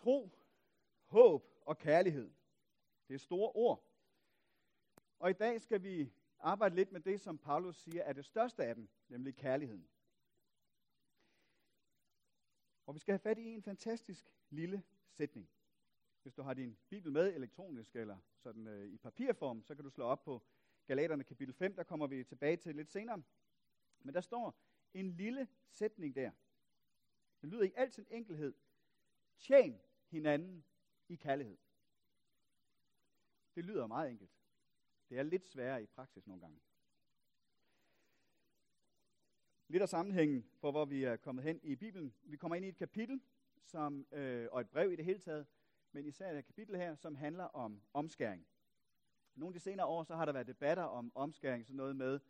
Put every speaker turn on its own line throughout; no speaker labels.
Tro, håb og kærlighed. Det er store ord. Og i dag skal vi arbejde lidt med det, som Paulus siger er det største af dem, nemlig kærligheden. Og vi skal have fat i en fantastisk lille sætning. Hvis du har din bibel med elektronisk eller sådan i papirform, så kan du slå op på Galaterne kapitel 5, der kommer vi tilbage til lidt senere. Men der står en lille sætning der. Det lyder i al sin enkelhed. Tjen hinanden i kærlighed. Det lyder meget enkelt. Det er lidt sværere i praksis nogle gange. Lidt af sammenhængen for, hvor vi er kommet hen i Bibelen. Vi kommer ind i et kapitel, og et brev i det hele taget, men især et kapitel her, som handler om omskæring. Nogle af de senere år, så har der været debatter om omskæring, sådan noget med,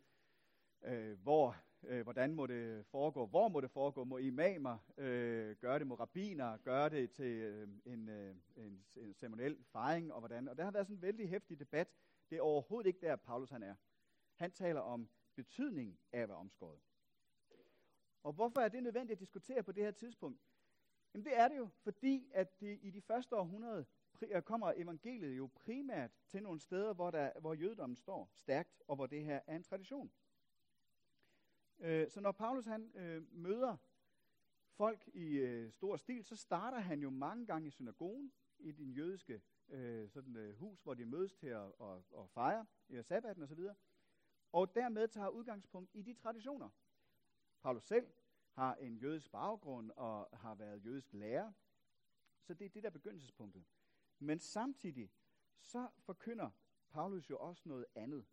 hvordan må det foregå, hvor må det foregå, må imamer gøre det, må rabbiner gøre det til en ceremoniel fejring, og hvordan. Og der har været sådan en vældig heftig debat. Det er overhovedet ikke der, Paulus han er. Han taler om betydningen af at være omskåret. Og hvorfor er det nødvendigt at diskutere på det her tidspunkt? Jamen det er det jo, fordi at i de første århundrede kommer evangeliet jo primært til nogle steder, hvor jødedommen står stærkt, og hvor det her er en tradition. Så når Paulus han møder folk i stor stil, så starter han jo mange gange i synagogen, i den jødiske hus, hvor de mødes til at fejre sabbaten osv., og dermed tager udgangspunkt i de traditioner. Paulus selv har en jødisk baggrund og har været jødisk lærer, så det er det der begyndelsespunktet. Men samtidig så forkynder Paulus jo også noget andet.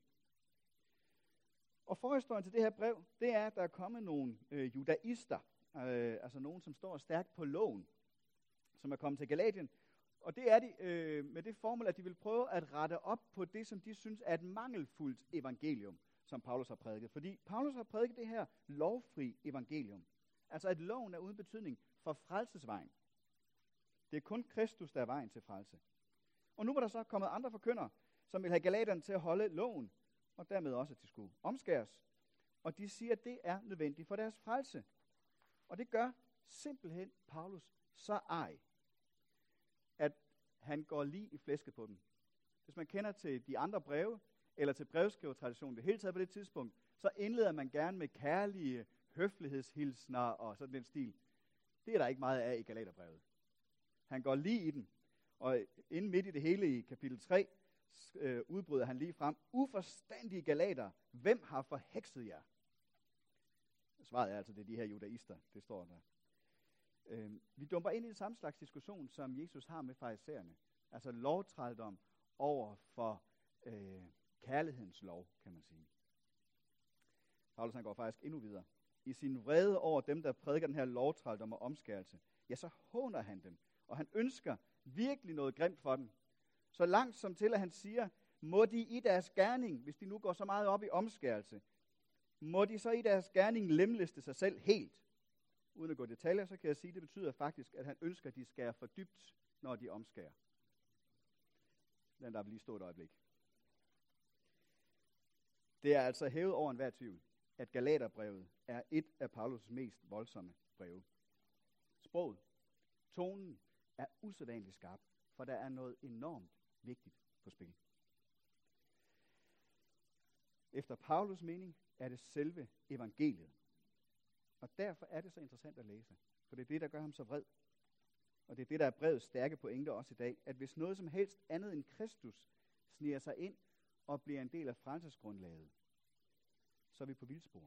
Og forhistorien til det her brev, det er, at der er kommet nogle judaister, altså nogen, som står stærkt på loven, som er kommet til Galatien. Og det er de med det formål, at de vil prøve at rette op på det, som de synes er et mangelfuldt evangelium, som Paulus har prædiket. Fordi Paulus har prædiket det her lovfri evangelium. Altså at loven er uden betydning for frelsesvejen. Det er kun Kristus, der er vejen til frelse. Og nu var der så kommet andre forkyndere, som vil have galaterne til at holde loven, og dermed også, at de skulle omskæres. Og de siger, at det er nødvendigt for deres frelse. Og det gør simpelthen Paulus så ej, at han går lige i flæsket på dem. Hvis man kender til de andre breve, eller til brevskrivertraditionen det hele taget på det tidspunkt, så indleder man gerne med kærlige høflighedshilsner og sådan den stil. Det er der ikke meget af i Galaterbrevet. Han går lige i den, og inden midt i det hele i kapitel 3, udbryder han lige frem, uforstandige galater, hvem har forhekset jer? Svaret er altså, det er de her judaister, det står der. Vi dumper ind i en samme slags diskussion, som Jesus har med farisæerne. Altså lovtrældom over for kærlighedens lov, kan man sige. Paulus han går faktisk endnu videre. I sin vrede over dem, der prædiker den her lovtrældom og omskærelse, ja, så håner han dem, og han ønsker virkelig noget grimt for dem. Så langt som til, at han siger, må de i deres gerning, hvis de nu går så meget op i omskærelse, må de så i deres gerning lemlæste sig selv helt. Uden at gå i detaljer, så kan jeg sige, at det betyder faktisk, at han ønsker, at de skærer for dybt, når de omskærer. Den der vil lige stå et øjeblik. Det er altså hævet over enhver tvivl, at Galaterbrevet er et af Paulus' mest voldsomme breve. Sproget, tonen er usædvanligt skarp, for der er noget enormt vigtigt på spil. Efter Paulus' mening er det selve evangeliet. Og derfor er det så interessant at læse, for det er det, der gør ham så vred. Og det er det, der er brevets stærke pointe også i dag, at hvis noget som helst andet end Kristus sniger sig ind og bliver en del af frelsesgrundlaget, så er vi på vildspor.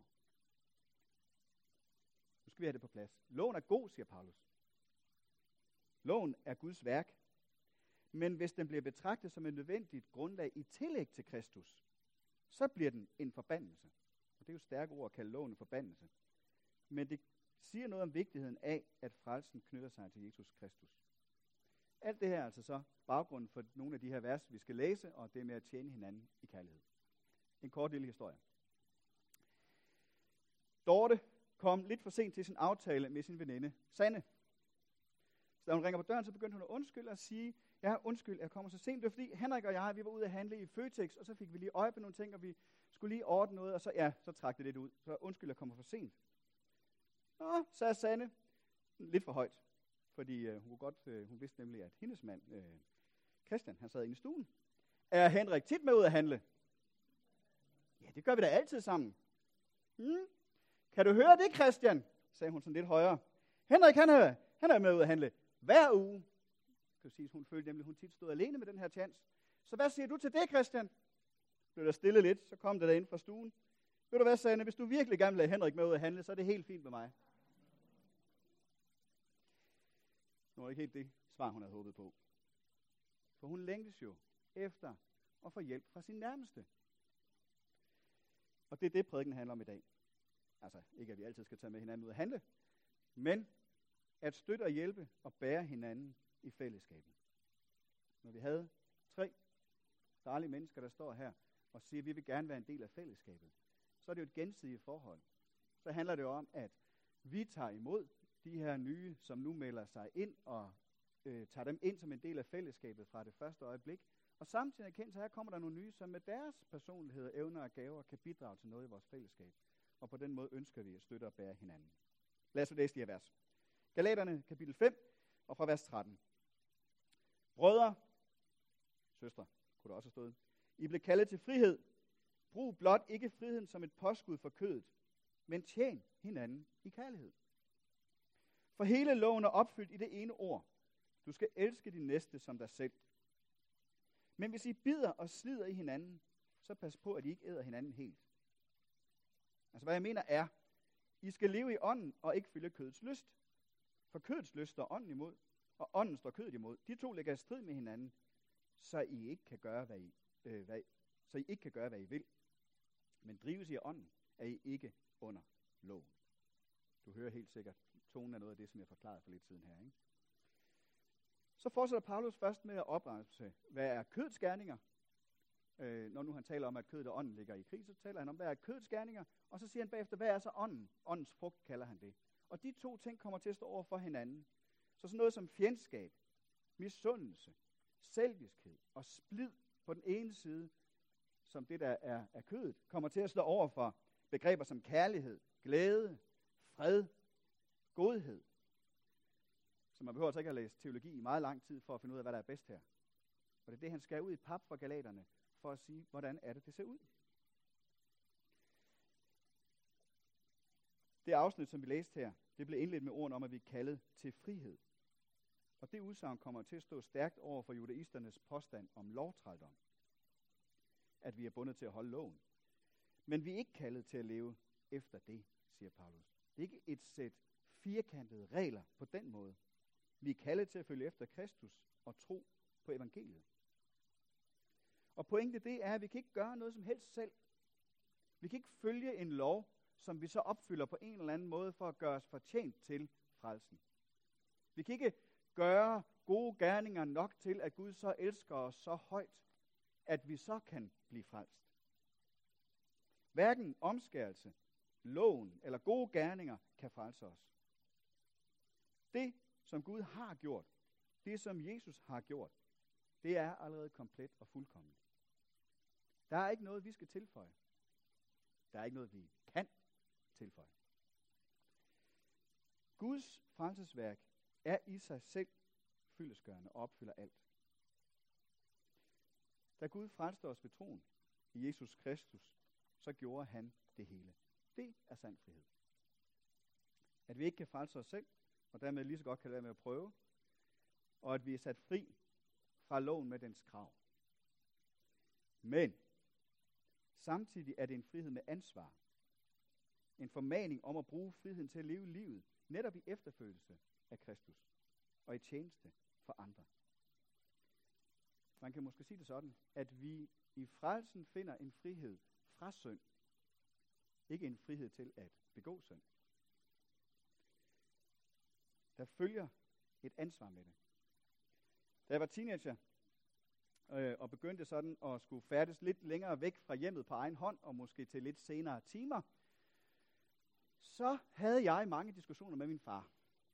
Nu skal vi have det på plads. Loven er god, siger Paulus. Loven er Guds værk. Men hvis den bliver betragtet som et nødvendigt grundlag i tillæg til Kristus, så bliver den en forbandelse. Og det er jo stærke ord at kalde loven en forbandelse. Men det siger noget om vigtigheden af, at frelsen knytter sig til Jesus Kristus. Alt det her er altså så baggrunden for nogle af de her vers, vi skal læse, og det med at tjene hinanden i kærlighed. En kort lille historie. Dorte kom lidt for sent til sin aftale med sin veninde, Sanne. Så da hun ringer på døren, så begyndte hun at undskylde og sige, ja, undskyld, jeg kommer så sent. Det var fordi Henrik og jeg, vi var ude at handle i Føtex, og så fik vi lige øje på nogle ting, og vi skulle lige ordne noget, og så trak det lidt ud. Så undskyld, jeg kommer for sent. Nå, sagde Sanne, lidt for højt. fordi hun vidste nemlig, at hendes mand, Christian, han sad inde i stuen. Er Henrik tit med ud at handle? Ja, det gør vi da altid sammen. Kan du høre det, Christian? Sagde hun sådan lidt højere. Henrik, han er med ud at handle hver uge. Kan sige, hun følte nemlig, at hun tit stod alene med den her chance. Så hvad siger du til det, Christian? Blev der stille lidt, så kom det der ind fra stuen. Ved du hvad, Sanne, hvis du virkelig gerne vil lade Henrik med ud at handle, så er det helt fint med mig. Nu var det ikke helt det svar, hun havde håbet på. For hun længtes jo efter at få hjælp fra sin nærmeste. Og det er det, prædiken handler om i dag. Altså ikke, at vi altid skal tage med hinanden ud at handle, men at støtte og hjælpe og bære hinanden i fællesskabet. Når vi havde 3 dejlige mennesker, der står her og siger, at vi vil gerne være en del af fællesskabet, så er det jo et gensidigt forhold. Så handler det jo om, at vi tager imod de her nye, som nu melder sig ind og tager dem ind som en del af fællesskabet fra det første øjeblik. Og samtidig erkendt, så her kommer der nogle nye, som med deres personlighed, evner og gaver kan bidrage til noget i vores fællesskab. Og på den måde ønsker vi at støtte og bære hinanden. Lad os læse de her vers. Galaterne kapitel 5 og fra vers 13. Brødre, søstre, kunne der også have stået. I blev kaldet til frihed. Brug blot ikke friheden som et påskud for kødet, men tjen hinanden i kærlighed. For hele loven er opfyldt i det ene ord. Du skal elske din næste som dig selv. Men hvis I bider og slider i hinanden, så pas på, at I ikke æder hinanden helt. Altså hvad jeg mener er, I skal leve i ånden og ikke følge kødets lyst. For kødets lyst står ånden imod, og ånden står kødet imod. De to ligger i strid med hinanden, så I ikke kan gøre, hvad I vil. Men drives I af ånden, er I ikke under loven. Du hører helt sikkert tonen af noget af det, som jeg forklarede for lidt siden her, ikke? Så fortsætter Paulus først med at opremse, hvad er kødets gerninger? Når nu han taler om, at kødet og ånden ligger i krig, så taler han om, hvad er kødets gerninger? Og så siger han bagefter, hvad er så ånden? Åndens frugt kalder han det. Og de 2 ting kommer til at stå over for hinanden. Så sådan noget som fjendskab, misundelse, selviskhed og splid på den ene side, som det der er kødet, kommer til at stå over for begreber som kærlighed, glæde, fred, godhed. Så man behøver altså ikke at læse teologi i meget lang tid for at finde ud af, hvad der er bedst her. Og det er det, han skal ud i pap for galaterne, for at sige, hvordan er det ser ud. Det afsnit, som vi læste her, det blev indledt med ordene om, at vi er kaldet til frihed. Og det udsagn kommer til at stå stærkt over for judaisternes påstand om lovtrældom. At vi er bundet til at holde loven. Men vi er ikke kaldet til at leve efter det, siger Paulus. Det er ikke et sæt firkantede regler på den måde. Vi er kaldet til at følge efter Kristus og tro på evangeliet. Og pointen det er, at vi kan ikke gøre noget som helst selv. Vi kan ikke følge en lov, som vi så opfylder på en eller anden måde for at gøre os fortjent til frelsen. Vi kan ikke gøre gode gerninger nok til, at Gud så elsker os så højt, at vi så kan blive frelst. Hverken omskærelse, loven eller gode gerninger kan frelse os. Det, som Gud har gjort, det som Jesus har gjort, det er allerede komplet og fuldkomment. Der er ikke noget, vi skal tilføje. Der er ikke noget, vi kan tilføje. Guds frelsesværk er i sig selv fyldestgørende og opfylder alt. Da Gud frelste os ved troen i Jesus Kristus, så gjorde han det hele. Det er sand frihed. At vi ikke kan frelse os selv, og dermed lige så godt kan det være med at prøve, og at vi er sat fri fra loven med dens krav. Men samtidig er det en frihed med ansvar. En formaning om at bruge friheden til at leve livet, netop i efterfølgelse af Kristus, og i tjeneste for andre. Man kan måske sige det sådan, at vi i frelsen finder en frihed fra synd, ikke en frihed til at begå synd. Der følger et ansvar med det. Da jeg var teenager, og begyndte sådan at skulle færdes lidt længere væk fra hjemmet på egen hånd, og måske til lidt senere timer, så havde jeg mange diskussioner med min far,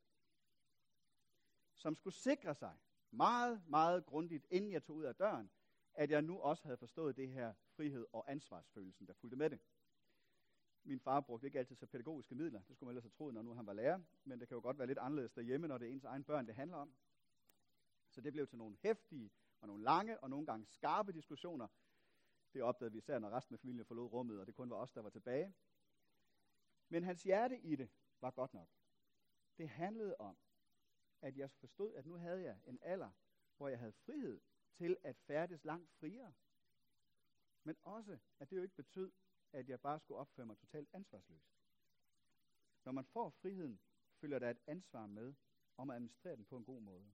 som skulle sikre sig meget, meget grundigt, inden jeg tog ud af døren, at jeg nu også havde forstået det her frihed og ansvarsfølelsen, der fulgte med det. Min far brugte ikke altid så pædagogiske midler. Det skulle man ellers have troet, når nu han var lærer. Men det kan jo godt være lidt anderledes derhjemme, når det er ens egen børn, det handler om. Så det blev til nogle heftige og nogle lange og nogle gange skarpe diskussioner. Det opdagede vi især, når resten af familien forlod rummet, og det kun var os, der var tilbage. Men hans hjerte i det var godt nok. Det handlede om, at jeg forstod, at nu havde jeg en alder, hvor jeg havde frihed til at færdes langt friere. Men også, at det jo ikke betød, at jeg bare skulle opføre mig totalt ansvarsløst. Når man får friheden, følger der et ansvar med om at administrere den på en god måde.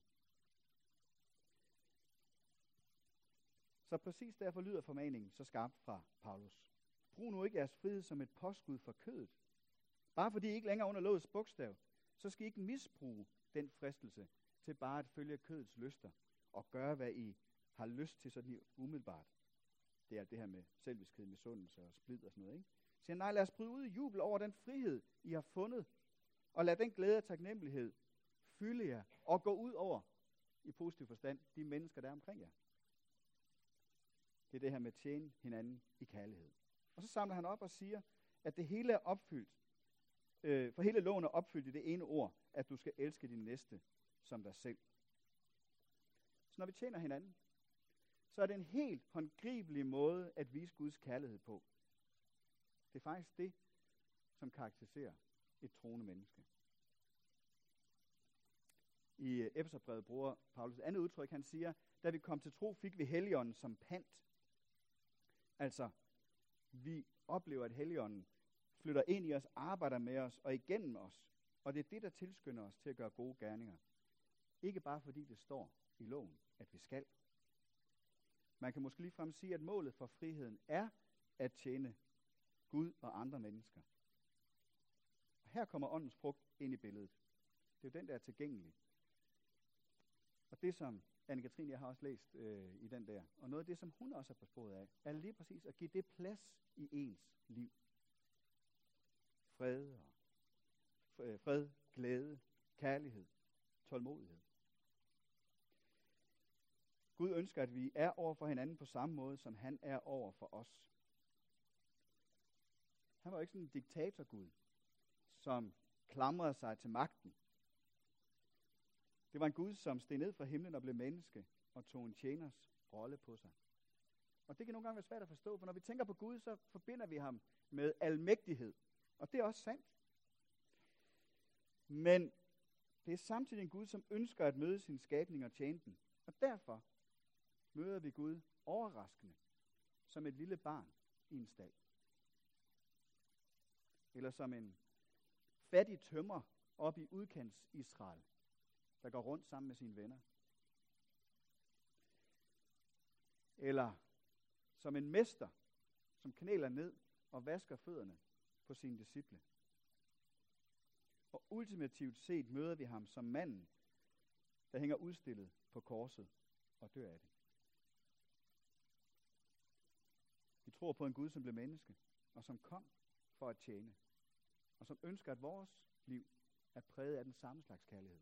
Så præcis derfor lyder formaningen så skarpt fra Paulus. Brug nu ikke jeres frihed som et påskud for kødet. Bare fordi I ikke længere under lovets bogstav, så skal I ikke misbruge den fristelse til bare at følge kødets lyster og gøre, hvad I har lyst til sådan umiddelbart. Det er det her med selviskhed, misundelse og splid og sådan noget, ikke? Så siger, nej, lad os bryde ud i jubel over den frihed, I har fundet, og lad den glæde og taknemmelighed fylde jer og gå ud over, i positiv forstand, de mennesker, der er omkring jer. Det er det her med at tjene hinanden i kærlighed. Og så samler han op og siger, at det hele er opfyldt, for hele loven er opfyldt i det ene ord, at du skal elske din næste som dig selv. Så når vi tjener hinanden, så er det en helt håndgribelig måde at vise Guds kærlighed på. Det er faktisk det, som karakteriserer et troende menneske. I Efeserbrevet bruger Paulus et andet udtryk. Han siger, da vi kom til tro, fik vi Helligånden som pant. Altså, vi oplever, at Helligånden flytter ind i os, arbejder med os og igennem os. Og det er det, der tilskynder os til at gøre gode gerninger. Ikke bare fordi det står i loven, at vi skal. Man kan måske ligefrem sige, at målet for friheden er at tjene Gud og andre mennesker. Og her kommer åndens frugt ind i billedet. Det er jo den, der er tilgængelig. Og det, som Anne-Katrine, jeg har også læst i den der, og noget af det, som hun også er på sporet af, er lige præcis at give det plads i ens liv. Fred, glæde, kærlighed, tålmodighed. Gud ønsker, at vi er over for hinanden på samme måde, som han er over for os. Han var jo ikke sådan en diktatorgud, som klamrede sig til magten. Det var en Gud, som steg ned fra himlen og blev menneske og tog en tjeners rolle på sig. Og det kan nogle gange være svært at forstå, for når vi tænker på Gud, så forbinder vi ham med almægtighed. Og det er også sandt. Men det er samtidig en Gud, som ønsker at møde sin skabning og tjene den. Og derfor møder vi Gud overraskende, som et lille barn i en stald. Eller som en fattig tømrer op i udkants Israel, der går rundt sammen med sine venner. Eller som en mester, som knæler ned og vasker fødderne på sine disciple. Og ultimativt set møder vi ham som manden, der hænger udstillet på korset og dør af det. Vi tror på en Gud, som blev menneske, og som kom for at tjene, og som ønsker, at vores liv er præget af den samme slags kærlighed.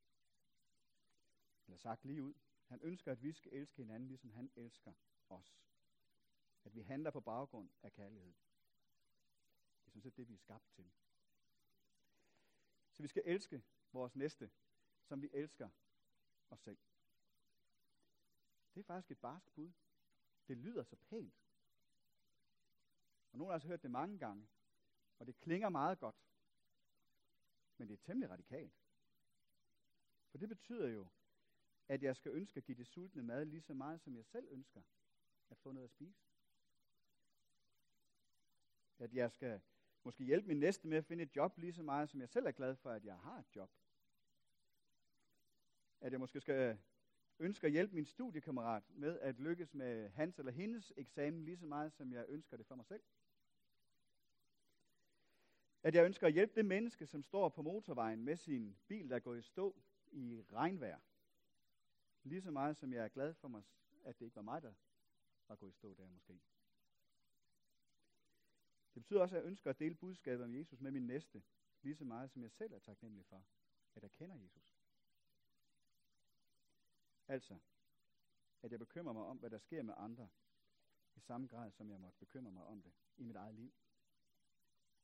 Eller sagt lige ud, han ønsker, at vi skal elske hinanden, ligesom han elsker os. At vi handler på baggrund af kærlighed. Det er sådan set det, vi er skabt til. Så vi skal elske vores næste, som vi elsker os selv. Det er faktisk et barskt bud. Det lyder så pænt. Og nogen har altså hørt det mange gange, og det klinger meget godt. Men det er temmelig radikalt. For det betyder jo, at jeg skal ønske at give det sultne mad lige så meget, som jeg selv ønsker at få noget at spise. At jeg skal måske hjælpe min næste med at finde et job lige så meget, som jeg selv er glad for, at jeg har et job. At jeg måske skal ønske at hjælpe min studiekammerat med at lykkes med hans eller hendes eksamen lige så meget, som jeg ønsker det for mig selv. At jeg ønsker at hjælpe det menneske, som står på motorvejen med sin bil, der går i stå i regnvejr. Lige så meget, som jeg er glad for mig, at det ikke var mig, der var gået i stå der måske. Det betyder også, at jeg ønsker at dele budskabet om Jesus med min næste, lige så meget, som jeg selv er taknemmelig for, at jeg kender Jesus. Altså, at jeg bekymrer mig om, hvad der sker med andre, i samme grad, som jeg måtte bekymre mig om det i mit eget liv.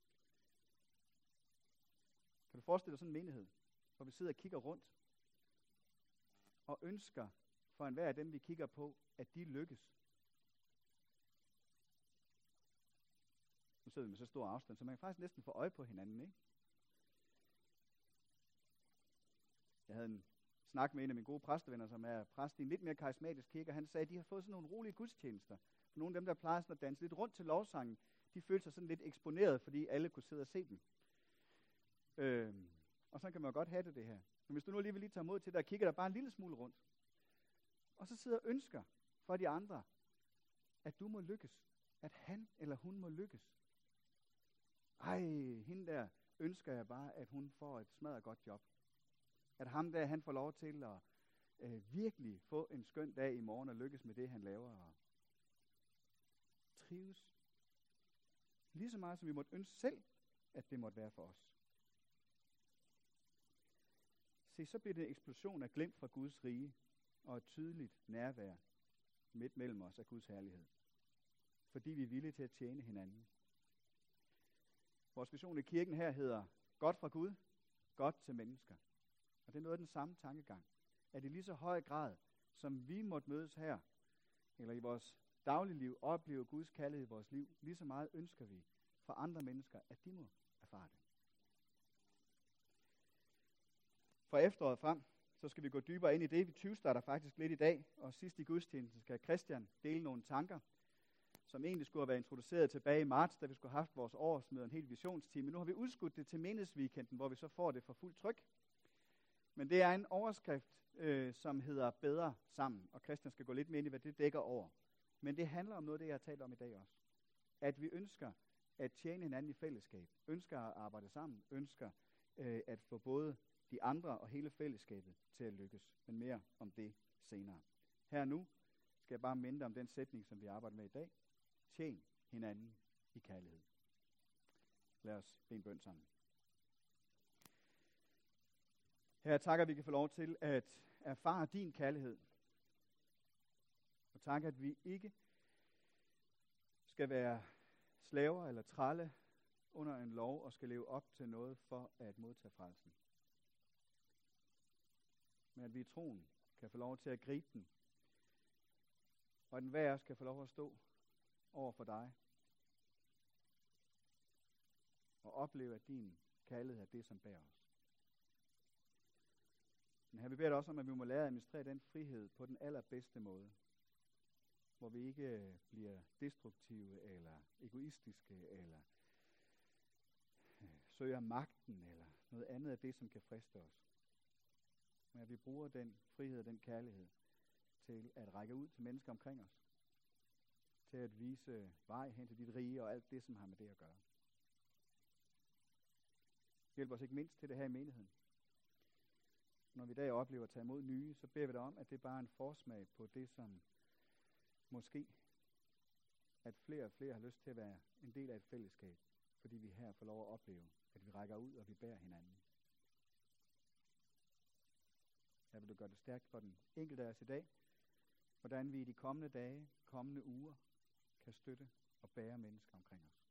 Kan du forestille dig sådan en menighed, hvor vi sidder og kigger rundt, og ønsker for enhver af dem, vi kigger på, at de lykkes? Nu sidder vi med så stor afstand, så man kan faktisk næsten få øje på hinanden, ikke? Jeg havde en snak med en af mine gode præstevenner, som er præst i en lidt mere karismatisk kirke, og han sagde, at de har fået sådan nogle rolige gudstjenester. For nogle af dem, der plejer sådan at danse lidt rundt til lovsangen, de følte sig sådan lidt eksponeret, fordi alle kunne sidde og se dem. Og så kan man jo godt have det her. Men hvis du nu alligevel lige tager mod til dig og kigger der bare en lille smule rundt, og så sidder og ønsker for de andre, at du må lykkes, at han eller hun må lykkes. Ej, hende der ønsker jeg bare, at hun får et smadret godt job. At ham der, han får lov til at virkelig få en skøn dag i morgen og lykkes med det, han laver. Og trives. Lige så meget, som vi måtte ønske selv, at det måtte være for os. Se, så bliver det en eksplosion af glimt fra Guds rige og et tydeligt nærvær midt mellem os af Guds herlighed. Fordi vi er villige til at tjene hinanden. Vores vision i kirken her hedder godt fra Gud, godt til mennesker. Og det er noget af den samme tankegang. At i lige så høj grad, som vi måtte mødes her, eller i vores dagligliv, opleve Guds kærlighed i vores liv, lige så meget ønsker vi for andre mennesker, at de må erfare det. Fra efteråret frem, så skal vi gå dybere ind i det. Vi 20 starter faktisk lidt i dag, og sidst i gudstjenesten skal Christian dele nogle tanker, som egentlig skulle have været introduceret tilbage i marts, da vi skulle have haft vores årsmøde, en hel visionstime. Nu har vi udskudt det til menighedsweekenden, hvor vi så får det for fuld tryk. Men det er en overskrift, som hedder Bedre sammen, og Christian skal gå lidt mere ind i, hvad det dækker over. Men det handler om noget af det, jeg har talt om i dag også. At vi ønsker at tjene hinanden i fællesskab, ønsker at arbejde sammen, ønsker at få både de andre og hele fællesskabet til at lykkes. Men mere om det senere. Her nu skal jeg bare minde om den sætning, som vi arbejder med i dag. Tjen hinanden i kærlighed. Lad os bede en bøn sammen. Her takker vi kan få lov til at erfare din kærlighed. Og tak, at vi ikke skal være slaver eller trælle under en lov og skal leve op til noget for at modtage frelsen. Men at vi i troen kan få lov til at gribe den. Og den hver af os kan få lov at stå over for dig. Og opleve, at din kærlighed er det, som bærer os. Men her vi beder også om, at vi må lære at administrere den frihed på den allerbedste måde. Hvor vi ikke bliver destruktive eller egoistiske eller søger magten eller noget andet af det, som kan friste os. Men at vi bruger den frihed og den kærlighed til at række ud til mennesker omkring os. Til at vise vej hen til dit rige og alt det, som har med det at gøre. Hjælp os ikke mindst til det her i menigheden. Når vi i dag oplever at tage imod nye, så beder vi dig om, at det bare er en forsmag på det, som måske at flere og flere har lyst til at være en del af et fællesskab, fordi vi her får lov at opleve, at vi rækker ud og vi bærer hinanden. Her vil du gøre det stærkt for den enkelte af os i dag, hvordan vi i de kommende dage, kommende uger, kan støtte og bære mennesker omkring os.